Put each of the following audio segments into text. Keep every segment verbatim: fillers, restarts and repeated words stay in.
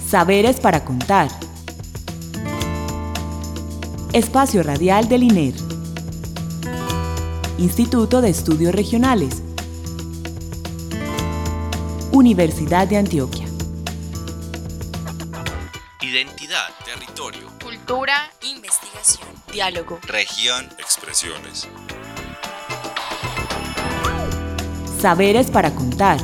Saberes para contar. Espacio radial del I N E R. Instituto de Estudios Regionales. Universidad de Antioquia. Identidad, territorio, cultura, investigación, diálogo, región, expresiones. Saberes para contar.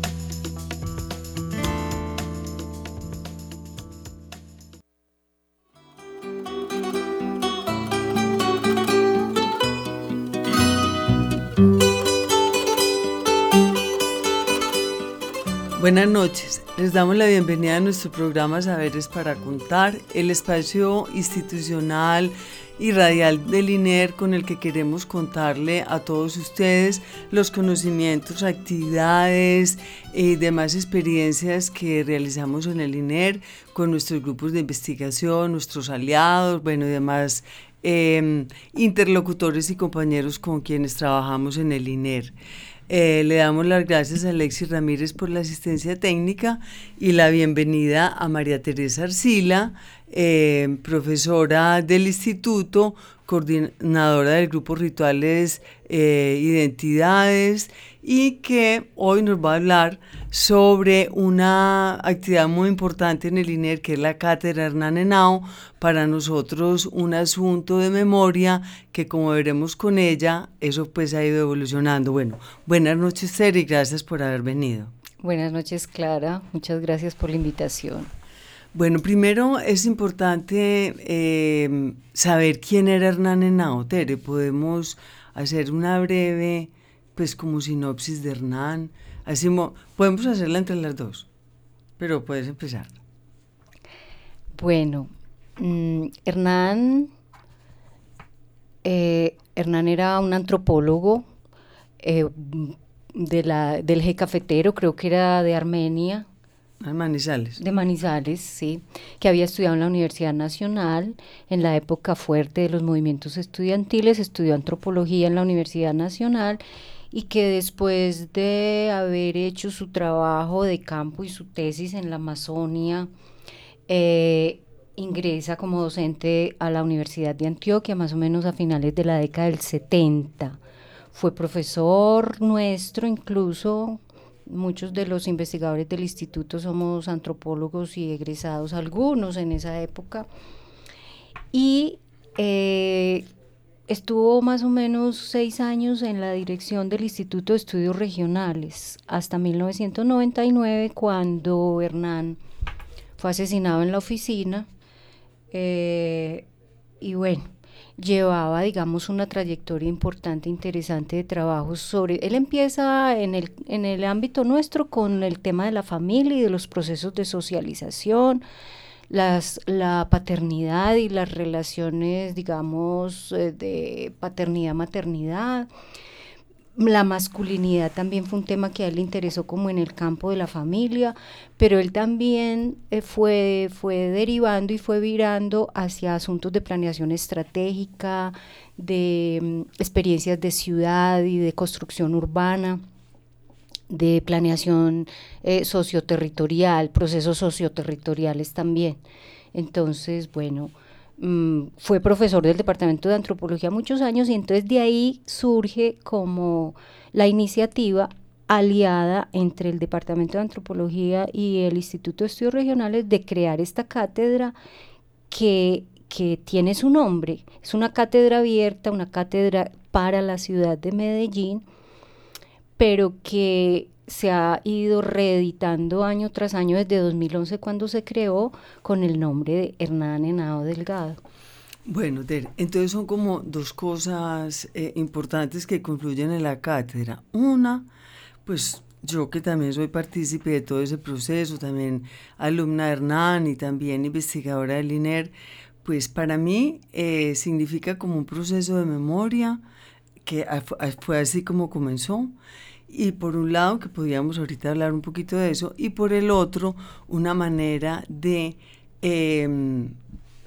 Buenas noches, les damos la bienvenida a nuestro programa Saberes para Contar, el espacio institucional y radial del I N E R con el que queremos contarle a todos ustedes los conocimientos, actividades y demás experiencias que realizamos en el I N E R con nuestros grupos de investigación, nuestros aliados, bueno, y demás eh, interlocutores y compañeros con quienes trabajamos en el I N E R. Eh, le damos las gracias a Alexis Ramírez por la asistencia técnica y la bienvenida a María Teresa Arcila, eh, profesora del instituto, coordinadora del grupo Rituales eh, Identidades, y que hoy nos va a hablar sobre una actividad muy importante en el I N E R, que es la Cátedra Hernán Henao. Para nosotros un asunto de memoria que, como veremos con ella, eso pues ha ido evolucionando. Bueno, buenas noches, Tere, y gracias por haber venido. Buenas noches, Clara, muchas gracias por la invitación. Bueno, primero es importante eh, saber quién era Hernán Henao. Tere, podemos hacer una breve, pues como sinopsis de Hernán. Así mo- podemos hacerla entre las dos, pero puedes empezar. Bueno, mmm, Hernán, eh, Hernán era un antropólogo eh, de la, del eje cafetero, creo que era de Armenia. De Manizales. De Manizales, sí, que había estudiado en la Universidad Nacional en la época fuerte de los movimientos estudiantiles, estudió antropología en la Universidad Nacional y que después de haber hecho su trabajo de campo y su tesis en la Amazonia, eh, ingresa como docente a la Universidad de Antioquia, más o menos a finales de la década del setenta. Fue profesor nuestro, incluso muchos de los investigadores del instituto somos antropólogos y egresados, algunos en esa época, y eh, estuvo más o menos seis años en la dirección del Instituto de Estudios Regionales, hasta mil novecientos noventa y nueve, cuando Hernán fue asesinado en la oficina, eh, y bueno, llevaba, digamos, una trayectoria importante, interesante de trabajos sobre, él empieza en el, en el ámbito nuestro con el tema de la familia y de los procesos de socialización, las, la paternidad y las relaciones, digamos, eh, de paternidad-maternidad. La masculinidad también fue un tema que a él le interesó como en el campo de la familia, pero él también eh, fue, fue derivando y fue virando hacia asuntos de planeación estratégica, de um, experiencias de ciudad y de construcción urbana, de planeación eh, socioterritorial, procesos socioterritoriales también. Entonces, bueno, fue profesor del Departamento de Antropología muchos años y entonces de ahí surge como la iniciativa aliada entre el Departamento de Antropología y el Instituto de Estudios Regionales de crear esta cátedra que, que tiene su nombre. Es una cátedra abierta, una cátedra para la ciudad de Medellín, pero que se ha ido reeditando año tras año desde dos mil once, cuando se creó, con el nombre de Hernán Henao Delgado. Bueno, Tere, entonces son como dos cosas eh, importantes que confluyen en la cátedra. Una, pues yo que también soy partícipe de todo ese proceso, también alumna de Hernán y también investigadora del I N E R, pues para mí eh, significa como un proceso de memoria que fue así como comenzó. Y por un lado, que podríamos ahorita hablar un poquito de eso, y por el otro, una manera de eh,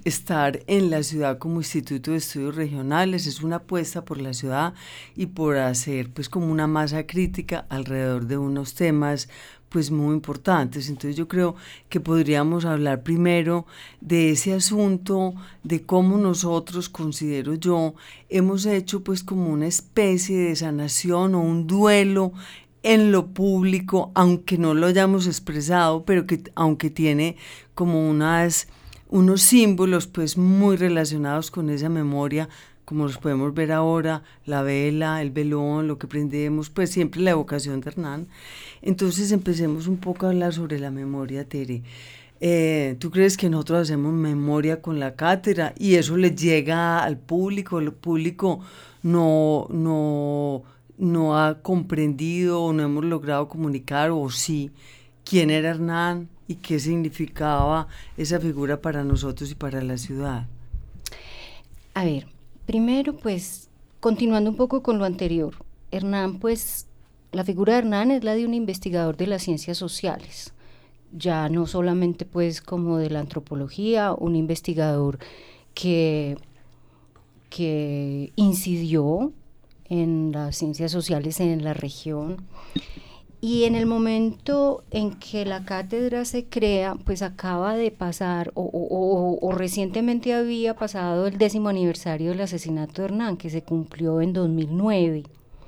estar en la ciudad como Instituto de Estudios Regionales, es una apuesta por la ciudad y por hacer pues como una masa crítica alrededor de unos temas pues muy importantes. Entonces yo creo que podríamos hablar primero de ese asunto, de cómo nosotros, considero yo, hemos hecho pues como una especie de sanación o un duelo en lo público, aunque no lo hayamos expresado, pero que aunque tiene como unas, unos símbolos pues muy relacionados con esa memoria, como los podemos ver ahora, la vela, el velón, lo que prendemos, pues siempre la evocación de Hernán. Entonces empecemos un poco a hablar sobre la memoria, Tere. Eh, ¿Tú crees que nosotros hacemos memoria con la cátedra y eso le llega al público? El público no, no, no ha comprendido o no hemos logrado comunicar, o sí, quién era Hernán y qué significaba esa figura para nosotros y para la ciudad. A ver, primero, pues, continuando un poco con lo anterior, Hernán, pues, la figura de Hernán es la de un investigador de las ciencias sociales, ya no solamente, pues, como de la antropología, un investigador que, que incidió en las ciencias sociales en la región. Y en el momento en que la cátedra se crea, pues acaba de pasar, o, o, o, o recientemente había pasado el décimo aniversario del asesinato de Hernán, que se cumplió en dos mil nueve.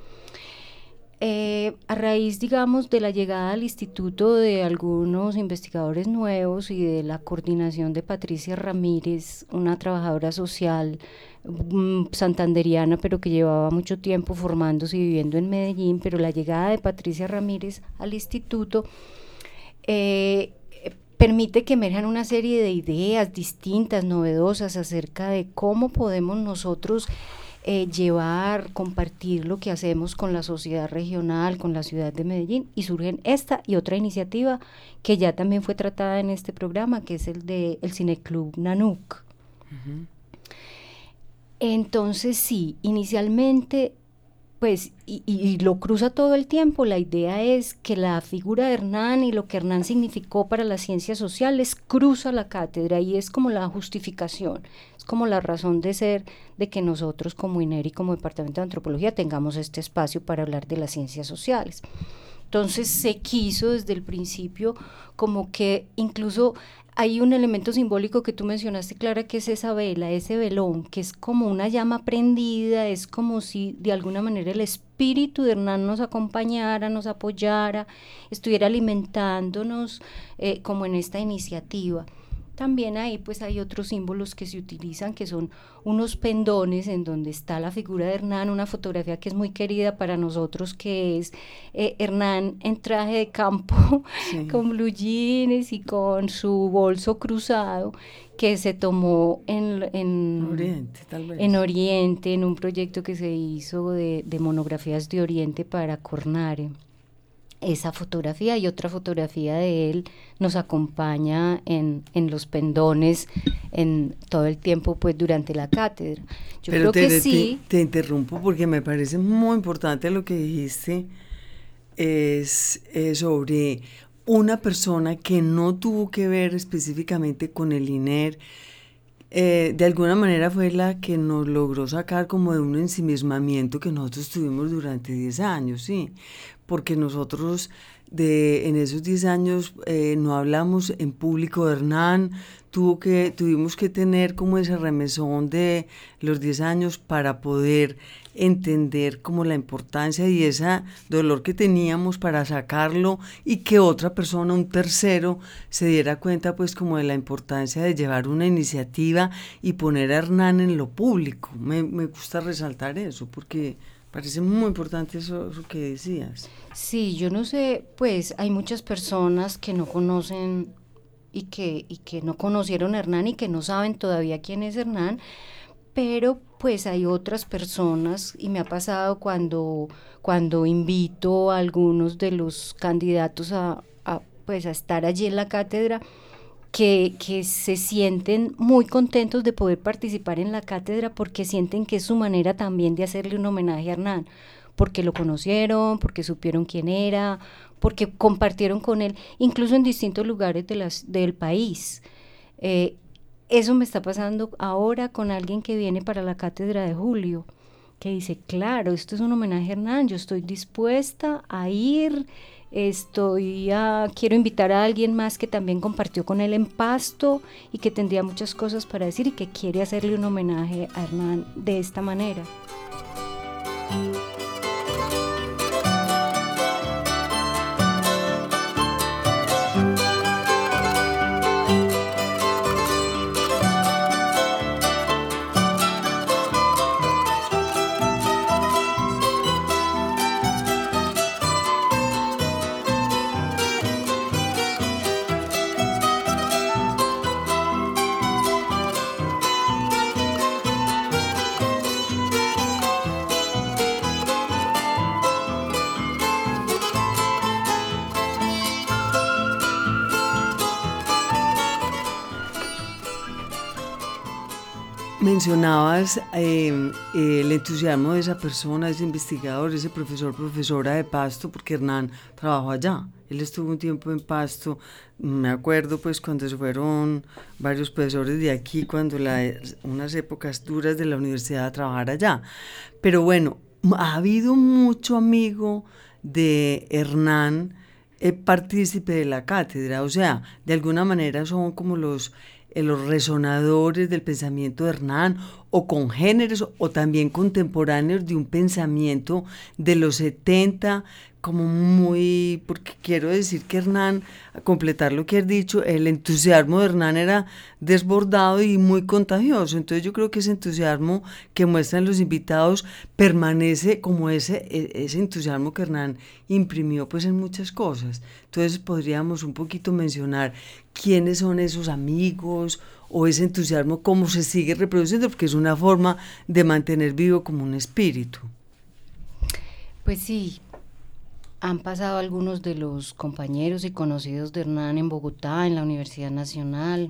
Eh, a raíz, digamos, de la llegada al instituto de algunos investigadores nuevos y de la coordinación de Patricia Ramírez, una trabajadora social um, santanderiana, pero que llevaba mucho tiempo formándose y viviendo en Medellín, pero la llegada de Patricia Ramírez al instituto eh, permite que emerjan una serie de ideas distintas, novedosas, acerca de cómo podemos nosotros Eh, llevar, compartir lo que hacemos con la sociedad regional, con la ciudad de Medellín, y surgen esta y otra iniciativa que ya también fue tratada en este programa, que es el de el Cineclub Nanuc. Uh-huh. Entonces sí, inicialmente, pues, y, y, y lo cruza todo el tiempo, la idea es que la figura de Hernán y lo que Hernán significó para las ciencias sociales cruza la cátedra y es como la justificación, es como la razón de ser de que nosotros como INER y como Departamento de Antropología tengamos este espacio para hablar de las ciencias sociales. Entonces se quiso desde el principio como que incluso hay un elemento simbólico que tú mencionaste, Clara, que es esa vela, ese velón, que es como una llama prendida, es como si de alguna manera el espíritu de Hernán nos acompañara, nos apoyara, estuviera alimentándonos eh, como en esta iniciativa. También ahí pues hay otros símbolos que se utilizan, que son unos pendones en donde está la figura de Hernán, una fotografía que es muy querida para nosotros, que es eh, Hernán en traje de campo, sí, con blue jeans y con su bolso cruzado, que se tomó en, en, Oriente, tal vez. en Oriente, en un proyecto que se hizo de, de monografías de Oriente para Cornare. Esa fotografía y otra fotografía de él nos acompaña en, en los pendones en todo el tiempo pues durante la cátedra. Yo Pero creo te, que sí. Te, te interrumpo porque me parece muy importante lo que dijiste, es, es sobre una persona que no tuvo que ver específicamente con el INER, eh, de alguna manera fue la que nos logró sacar como de un ensimismamiento que nosotros tuvimos durante diez años, sí, porque nosotros de, en esos diez años eh, no hablamos en público de Hernán, tuvo que, tuvimos que tener como ese remesón de los diez años para poder entender como la importancia y ese dolor que teníamos para sacarlo y que otra persona, un tercero, se diera cuenta pues como de la importancia de llevar una iniciativa y poner a Hernán en lo público. Me, me gusta resaltar eso porque parece muy importante eso, eso que decías. Sí, yo no sé, pues hay muchas personas que no conocen y que, y que no conocieron a Hernán y que no saben todavía quién es Hernán, pero pues hay otras personas, y me ha pasado cuando, cuando invito a algunos de los candidatos a, a, pues a estar allí en la cátedra, que, que se sienten muy contentos de poder participar en la cátedra porque sienten que es su manera también de hacerle un homenaje a Hernán, porque lo conocieron, porque supieron quién era, porque compartieron con él, incluso en distintos lugares de las, del país. Eh, eso me está pasando ahora con alguien que viene para la cátedra de julio, que dice, claro, esto es un homenaje a Hernán, yo estoy dispuesta a ir, estoy a, quiero invitar a alguien más que también compartió con él en Pasto y que tendría muchas cosas para decir y que quiere hacerle un homenaje a Hernán de esta manera. Mencionabas eh, el entusiasmo de esa persona, ese investigador, ese profesor, profesora de Pasto, porque Hernán trabajó allá. Él estuvo un tiempo en Pasto, me acuerdo pues cuando se fueron varios profesores de aquí, cuando la, unas épocas duras de la universidad a trabajar allá. Pero bueno, ha habido mucho amigo de Hernán, eh, partícipe de la cátedra, o sea, de alguna manera son como los... los resonadores del pensamiento de Hernán, o congéneres o también contemporáneos de un pensamiento de los setenta, como muy, porque quiero decir que Hernán, a completar lo que has dicho, el entusiasmo de Hernán era desbordado y muy contagioso, entonces yo creo que ese entusiasmo que muestran los invitados permanece como ese, ese entusiasmo que Hernán imprimió pues en muchas cosas. Entonces podríamos un poquito mencionar quiénes son esos amigos o ese entusiasmo, cómo se sigue reproduciendo, porque es una forma de mantener vivo como un espíritu. Pues sí, han pasado algunos de los compañeros y conocidos de Hernán en Bogotá, en la Universidad Nacional,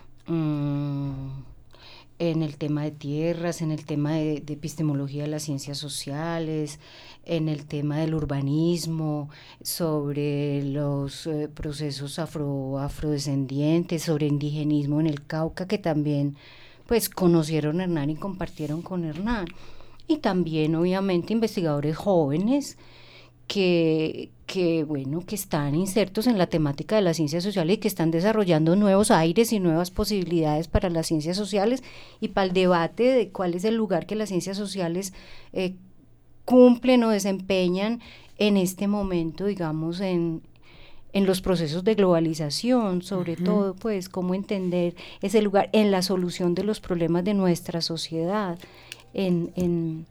mmm, en el tema de tierras, en el tema de, de epistemología de las ciencias sociales, en el tema del urbanismo, sobre los eh, procesos afro, afrodescendientes, sobre indigenismo en el Cauca, que también pues conocieron a Hernán y compartieron con Hernán. Y también obviamente investigadores jóvenes que, que, bueno, que están insertos en la temática de las ciencias sociales y que están desarrollando nuevos aires y nuevas posibilidades para las ciencias sociales y para el debate de cuál es el lugar que las ciencias sociales eh, cumplen o desempeñan en este momento, digamos, en, en los procesos de globalización, sobre uh-huh. todo, pues, cómo entender ese lugar en la solución de los problemas de nuestra sociedad, en... en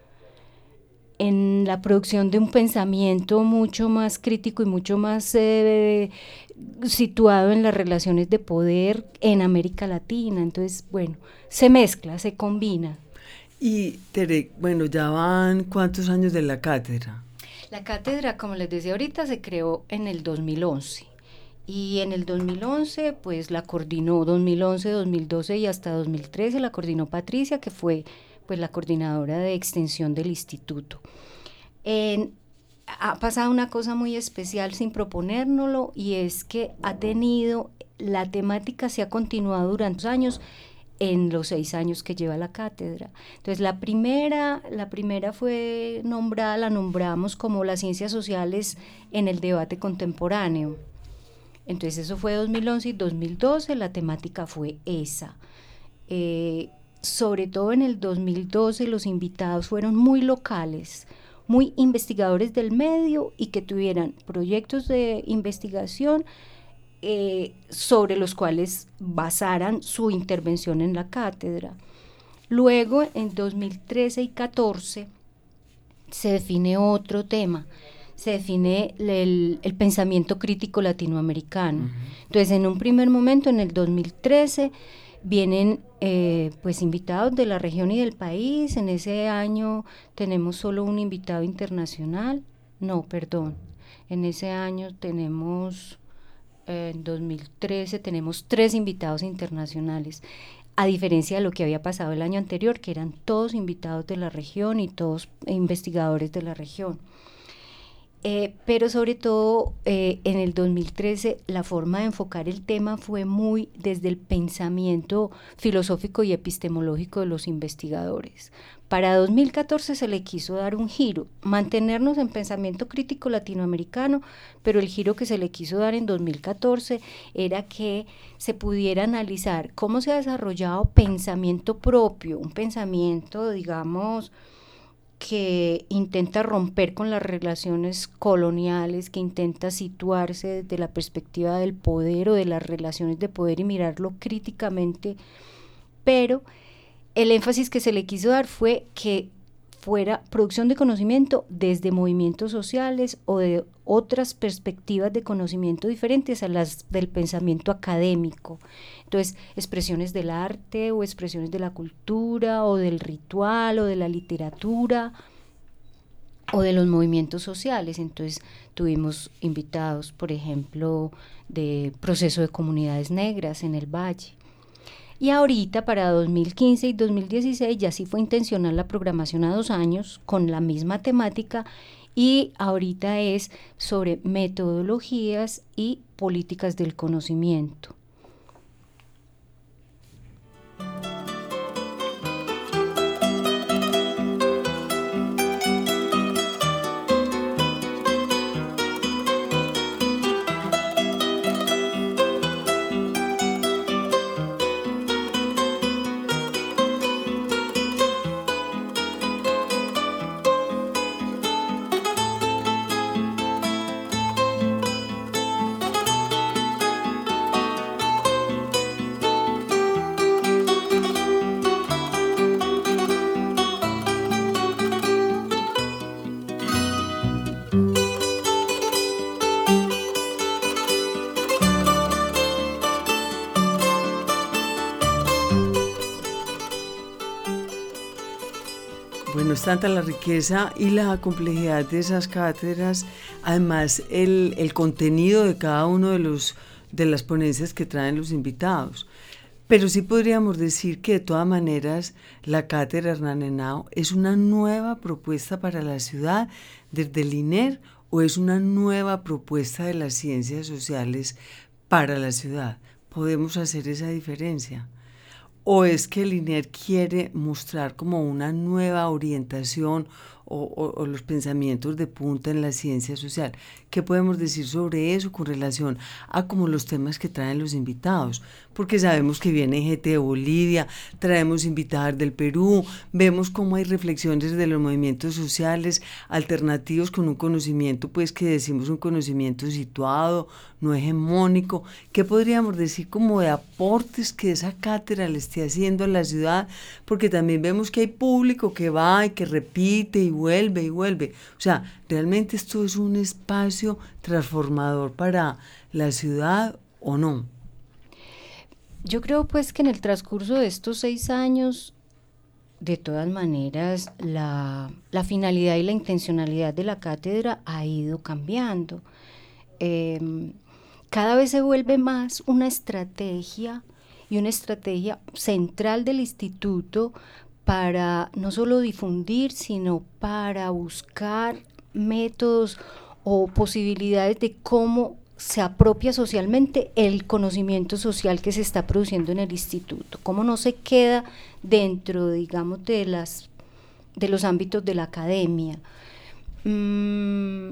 en la producción de un pensamiento mucho más crítico y mucho más eh, situado en las relaciones de poder en América Latina. Entonces, bueno, se mezcla, se combina. Y Tere, bueno, ya van ¿cuántos años de la cátedra? La cátedra, como les decía ahorita, se creó en el dos mil once. Y en el dos mil once, pues la coordinó dos mil once, dos mil doce y hasta dos mil trece la coordinó Patricia, que fue pues la coordinadora de extensión del instituto. Eh, ha pasado una cosa muy especial sin proponérnoslo, y es que ha tenido, la temática se ha continuado durante años, en los seis años que lleva la cátedra. Entonces la primera, la primera fue nombrada, la nombramos como las ciencias sociales en el debate contemporáneo. Entonces eso fue dos mil once y dos mil doce, la temática fue esa. Eh, sobre todo en el dos mil doce los invitados fueron muy locales, muy investigadores del medio y que tuvieran proyectos de investigación eh, sobre los cuales basaran su intervención en la cátedra. Luego, en dos mil trece y catorce, se define otro tema, se define el, el pensamiento crítico latinoamericano. Uh-huh. Entonces, en un primer momento, en el dos mil trece, vienen eh, pues invitados de la región y del país. En ese año tenemos solo un invitado internacional, no, perdón, en ese año tenemos, eh, en dos mil trece tenemos tres invitados internacionales, a diferencia de lo que había pasado el año anterior, que eran todos invitados de la región y todos investigadores de la región. Eh, pero sobre todo eh, en el dos mil trece la forma de enfocar el tema fue muy desde el pensamiento filosófico y epistemológico de los investigadores. Para dos mil catorce se le quiso dar un giro, mantenernos en pensamiento crítico latinoamericano, pero el giro que se le quiso dar en dos mil catorce era que se pudiera analizar cómo se ha desarrollado pensamiento propio, un pensamiento, digamos, que intenta romper con las relaciones coloniales, que intenta situarse desde la perspectiva del poder o de las relaciones de poder y mirarlo críticamente, pero el énfasis que se le quiso dar fue que fuera producción de conocimiento desde movimientos sociales o de otras perspectivas de conocimiento diferentes a las del pensamiento académico. Entonces, expresiones del arte o expresiones de la cultura o del ritual o de la literatura o de los movimientos sociales. Entonces, tuvimos invitados, por ejemplo, de Proceso de Comunidades Negras en el Valle. Y ahorita para dos mil quince y dos mil dieciséis ya sí fue intencional la programación a dos años con la misma temática, y ahorita es sobre metodologías y políticas del conocimiento. Bueno, es tanta la riqueza y la complejidad de esas cátedras, además el, el contenido de cada uno de, los, de las ponencias que traen los invitados. Pero sí podríamos decir que de todas maneras la cátedra Hernán Henao es una nueva propuesta para la ciudad desde el INER, o es una nueva propuesta de las ciencias sociales para la ciudad. ¿Podemos hacer esa diferencia? ¿O es que el INER quiere mostrar como una nueva orientación o, o, o los pensamientos de punta en la ciencia social? ¿Qué podemos decir sobre eso con relación a como los temas que traen los invitados? Porque sabemos que viene gente de Bolivia, traemos invitados del Perú, vemos cómo hay reflexiones de los movimientos sociales alternativos con un conocimiento, pues que decimos un conocimiento situado, no hegemónico. ¿Qué podríamos decir como de aportes que esa cátedra le esté haciendo a la ciudad? Porque también vemos que hay público que va y que repite y vuelve y vuelve. O sea, ¿realmente esto es un espacio transformador para la ciudad o no? Yo creo pues que en el transcurso de estos seis años, de todas maneras, la, la finalidad y la intencionalidad de la cátedra ha ido cambiando. Eh, cada vez se vuelve más una estrategia y una estrategia central del instituto para no solo difundir, sino para buscar métodos o posibilidades de cómo se apropia socialmente el conocimiento social que se está produciendo en el instituto, cómo no se queda dentro, digamos, de las de los ámbitos de la academia. Mm,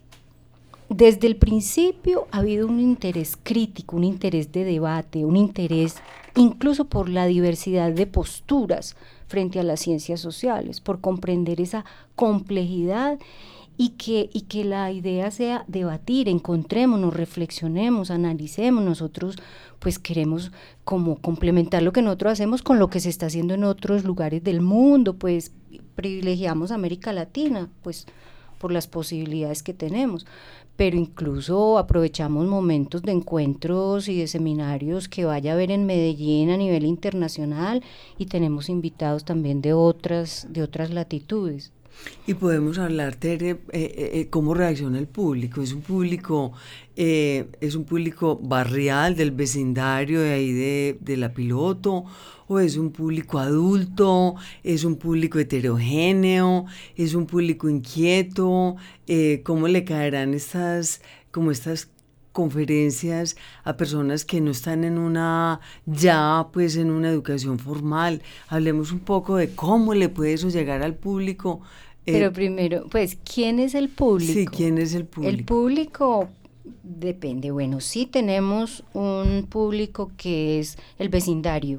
desde el principio ha habido un interés crítico, un interés de debate, un interés incluso por la diversidad de posturas frente a las ciencias sociales, por comprender esa complejidad. Y que, y que la idea sea debatir, encontrémonos, reflexionemos, analicemos. Nosotros pues queremos como complementar lo que nosotros hacemos con lo que se está haciendo en otros lugares del mundo, pues privilegiamos América Latina, pues por las posibilidades que tenemos, pero incluso aprovechamos momentos de encuentros y de seminarios que vaya a haber en Medellín a nivel internacional, y tenemos invitados también de otras, de otras latitudes. Y podemos hablar, Tere, eh, eh, cómo reacciona el público. Es un público, eh, es un público barrial del vecindario de ahí de, de La Piloto, o es un público adulto, es un público heterogéneo, es un público inquieto. Eh, ¿Cómo le caerán estas, como estas conferencias a personas que no están en una, ya pues en una educación formal? Hablemos un poco de cómo le puede eso llegar al público. Eh, Pero primero, pues, ¿quién es el público? Sí, ¿quién es el público? El público depende. Bueno, sí tenemos un público que es el vecindario.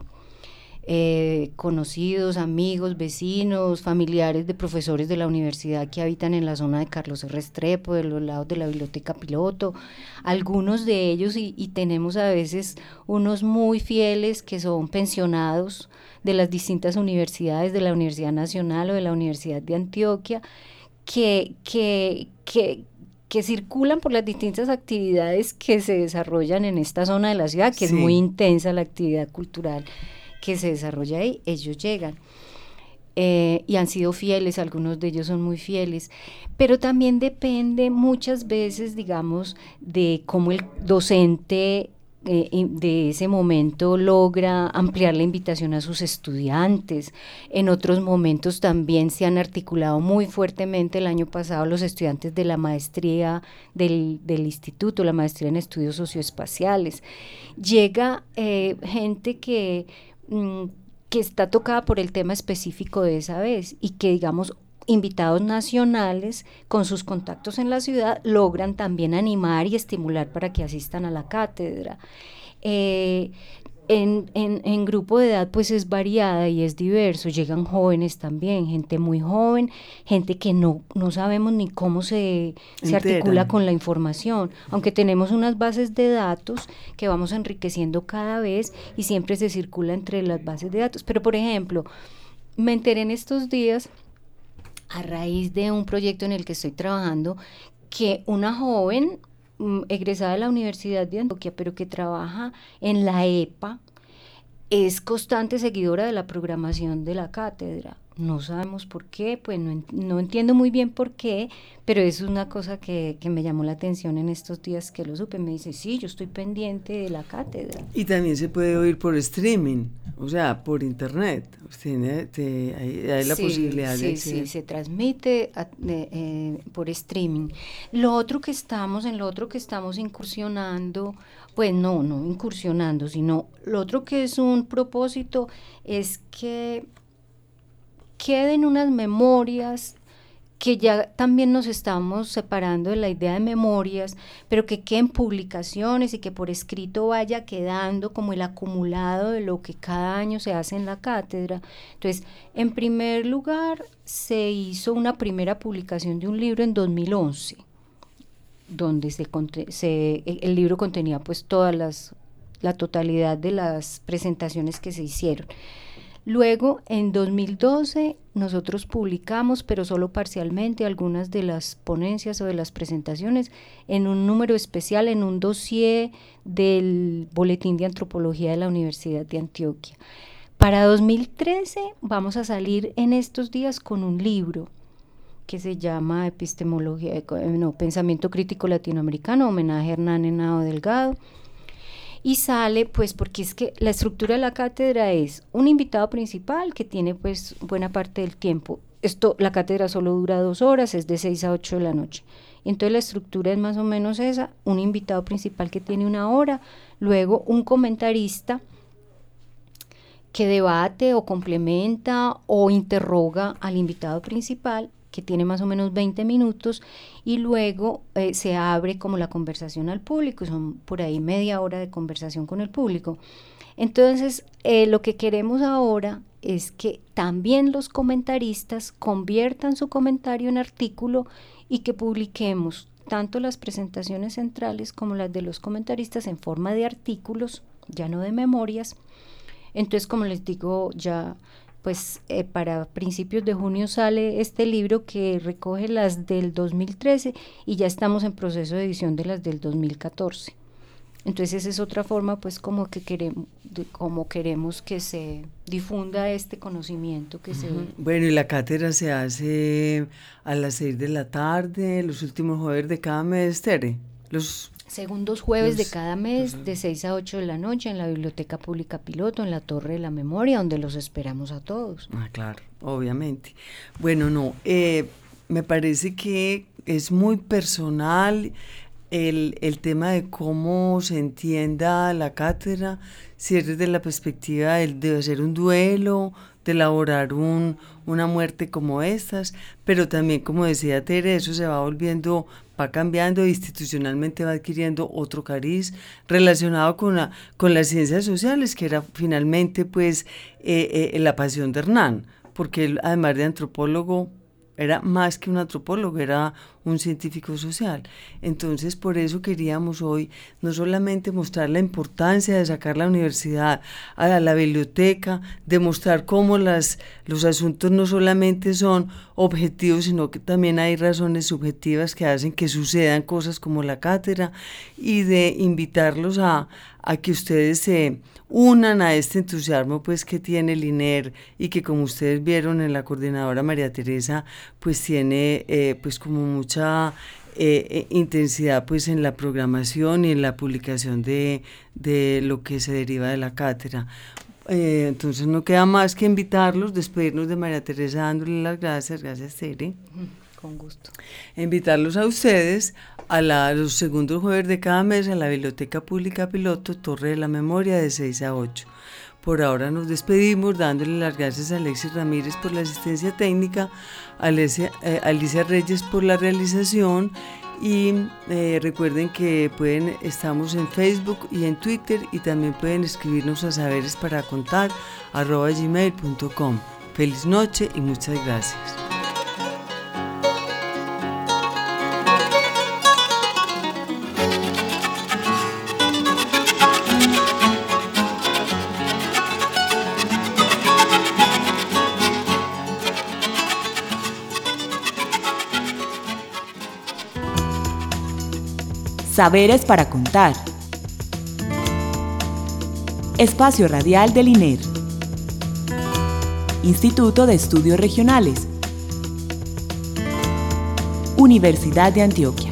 Eh, conocidos, amigos, vecinos, familiares de profesores de la universidad que habitan en la zona de Carlos R. Restrepo, de los lados de la Biblioteca Piloto, algunos de ellos, y, y tenemos a veces unos muy fieles que son pensionados de las distintas universidades, de la Universidad Nacional o de la Universidad de Antioquia, que, que, que que circulan por las distintas actividades que se desarrollan en esta zona de la ciudad, que sí. Es muy intensa la actividad cultural que se desarrolla ahí. Ellos llegan eh, y han sido fieles, algunos de ellos son muy fieles, pero también depende muchas veces, digamos, de cómo el docente eh, de ese momento logra ampliar la invitación a sus estudiantes. En otros momentos también se han articulado muy fuertemente. El año pasado los estudiantes de la maestría del, del instituto, la maestría en estudios socioespaciales, llega eh, gente que que está tocada por el tema específico de esa vez y que, digamos, invitados nacionales con sus contactos en la ciudad logran también animar y estimular para que asistan a la cátedra. Eh, en, en, en grupo de edad pues es variada y es diverso, llegan jóvenes también, gente muy joven, gente que no, no sabemos ni cómo se, se articula con la información, aunque tenemos unas bases de datos que vamos enriqueciendo cada vez y siempre se circula entre las bases de datos. Pero por ejemplo, me enteré en estos días a raíz de un proyecto en el que estoy trabajando que una joven egresada de la Universidad de Antioquia, pero que trabaja en la E P A, es constante seguidora de la programación de la cátedra. No sabemos por qué, pues no, no entiendo muy bien por qué, pero es una cosa que, que me llamó la atención en estos días que lo supe. Me dice, sí, yo estoy pendiente de la cátedra. Y también se puede oír por streaming, o sea, por internet. Tiene, te, hay, hay la sí, posibilidad sí, de... Sí, sí, se transmite a, de, eh, por streaming. Lo otro que estamos, en lo otro que estamos incursionando, pues no, no incursionando, sino lo otro que es un propósito es que queden unas memorias, que ya también nos estamos separando de la idea de memorias, pero que queden publicaciones y que por escrito vaya quedando como el acumulado de lo que cada año se hace en la cátedra. Entonces, en primer lugar, se hizo una primera publicación de un libro en dos mil once, donde se, se el libro contenía pues todas las, la totalidad de las presentaciones que se hicieron. Luego, en dos mil doce, nosotros publicamos, pero solo parcialmente, algunas de las ponencias o de las presentaciones en un número especial, en un dossier del Boletín de Antropología de la Universidad de Antioquia. Para dos mil trece vamos a salir en estos días con un libro que se llama Epistemología, no, Pensamiento Crítico Latinoamericano, homenaje a Hernán Henao Delgado. Y sale, pues, porque es que la estructura de la cátedra es un invitado principal que tiene, pues, buena parte del tiempo. Esto, la cátedra solo dura dos horas, es de seis a ocho de la noche. Entonces la estructura es más o menos esa, un invitado principal que tiene una hora, luego un comentarista que debate o complementa o interroga al invitado principal, que tiene más o menos veinte minutos, y luego eh, se abre como la conversación al público, son por ahí media hora de conversación con el público. Entonces, eh, lo que queremos ahora es que también los comentaristas conviertan su comentario en artículo y que publiquemos tanto las presentaciones centrales como las de los comentaristas en forma de artículos, ya no de memorias. Entonces, como les digo, ya... pues eh, para principios de junio sale este libro que recoge las del dos mil trece y ya estamos en proceso de edición de las del dos mil catorce. Entonces esa es otra forma pues como que queremos, como queremos que se difunda este conocimiento que uh-huh. se... Bueno, y la cátedra se hace a las seis de la tarde, los últimos jueves de cada mes, Tere. Los segundos jueves los, de cada mes, los, de seis a ocho de la noche, en la Biblioteca Pública Piloto, en la Torre de la Memoria, donde los esperamos a todos. Ah, claro, obviamente. Bueno, no, eh, me parece que es muy personal el, el tema de cómo se entienda la cátedra, si es desde la perspectiva de, de hacer un duelo, de elaborar un, una muerte como estas, pero también, como decía Tere, eso se va volviendo, va cambiando, institucionalmente va adquiriendo otro cariz relacionado con, la, con las ciencias sociales, que era finalmente pues eh, eh, la pasión de Hernán, porque él, además de antropólogo, era más que un antropólogo, era un científico social. Entonces, por eso queríamos hoy no solamente mostrar la importancia de sacar la universidad a la, la biblioteca, demostrar cómo las, los asuntos no solamente son objetivos, sino que también hay razones subjetivas que hacen que sucedan cosas como la cátedra, y de invitarlos a, a que ustedes se unan a este entusiasmo pues que tiene el INER, y que, como ustedes vieron en la coordinadora María Teresa, pues tiene eh, pues como mucha eh, eh, intensidad pues en la programación y en la publicación de, de lo que se deriva de la cátedra. Eh, entonces no queda más que invitarlos, despedirnos de María Teresa dándole las gracias. Gracias, Tere. Con gusto. Invitarlos a ustedes a, la, a los segundos jueves de cada mes a la Biblioteca Pública Piloto, Torre de la Memoria, de seis a ocho. Por ahora nos despedimos dándole las gracias a Alexis Ramírez por la asistencia técnica, a Alicia, eh, Alicia Reyes por la realización, y eh, recuerden que pueden, estamos en Facebook y en Twitter, y también pueden escribirnos a saberes para contar arroba gmail punto com. Feliz noche y muchas gracias. Saberes para contar. Espacio radial del INER. Instituto de Estudios Regionales. Universidad de Antioquia.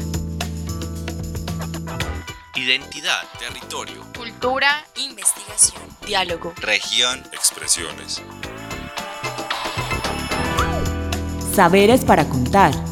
Identidad, territorio, cultura, investigación, diálogo, región, expresiones. Saberes para contar.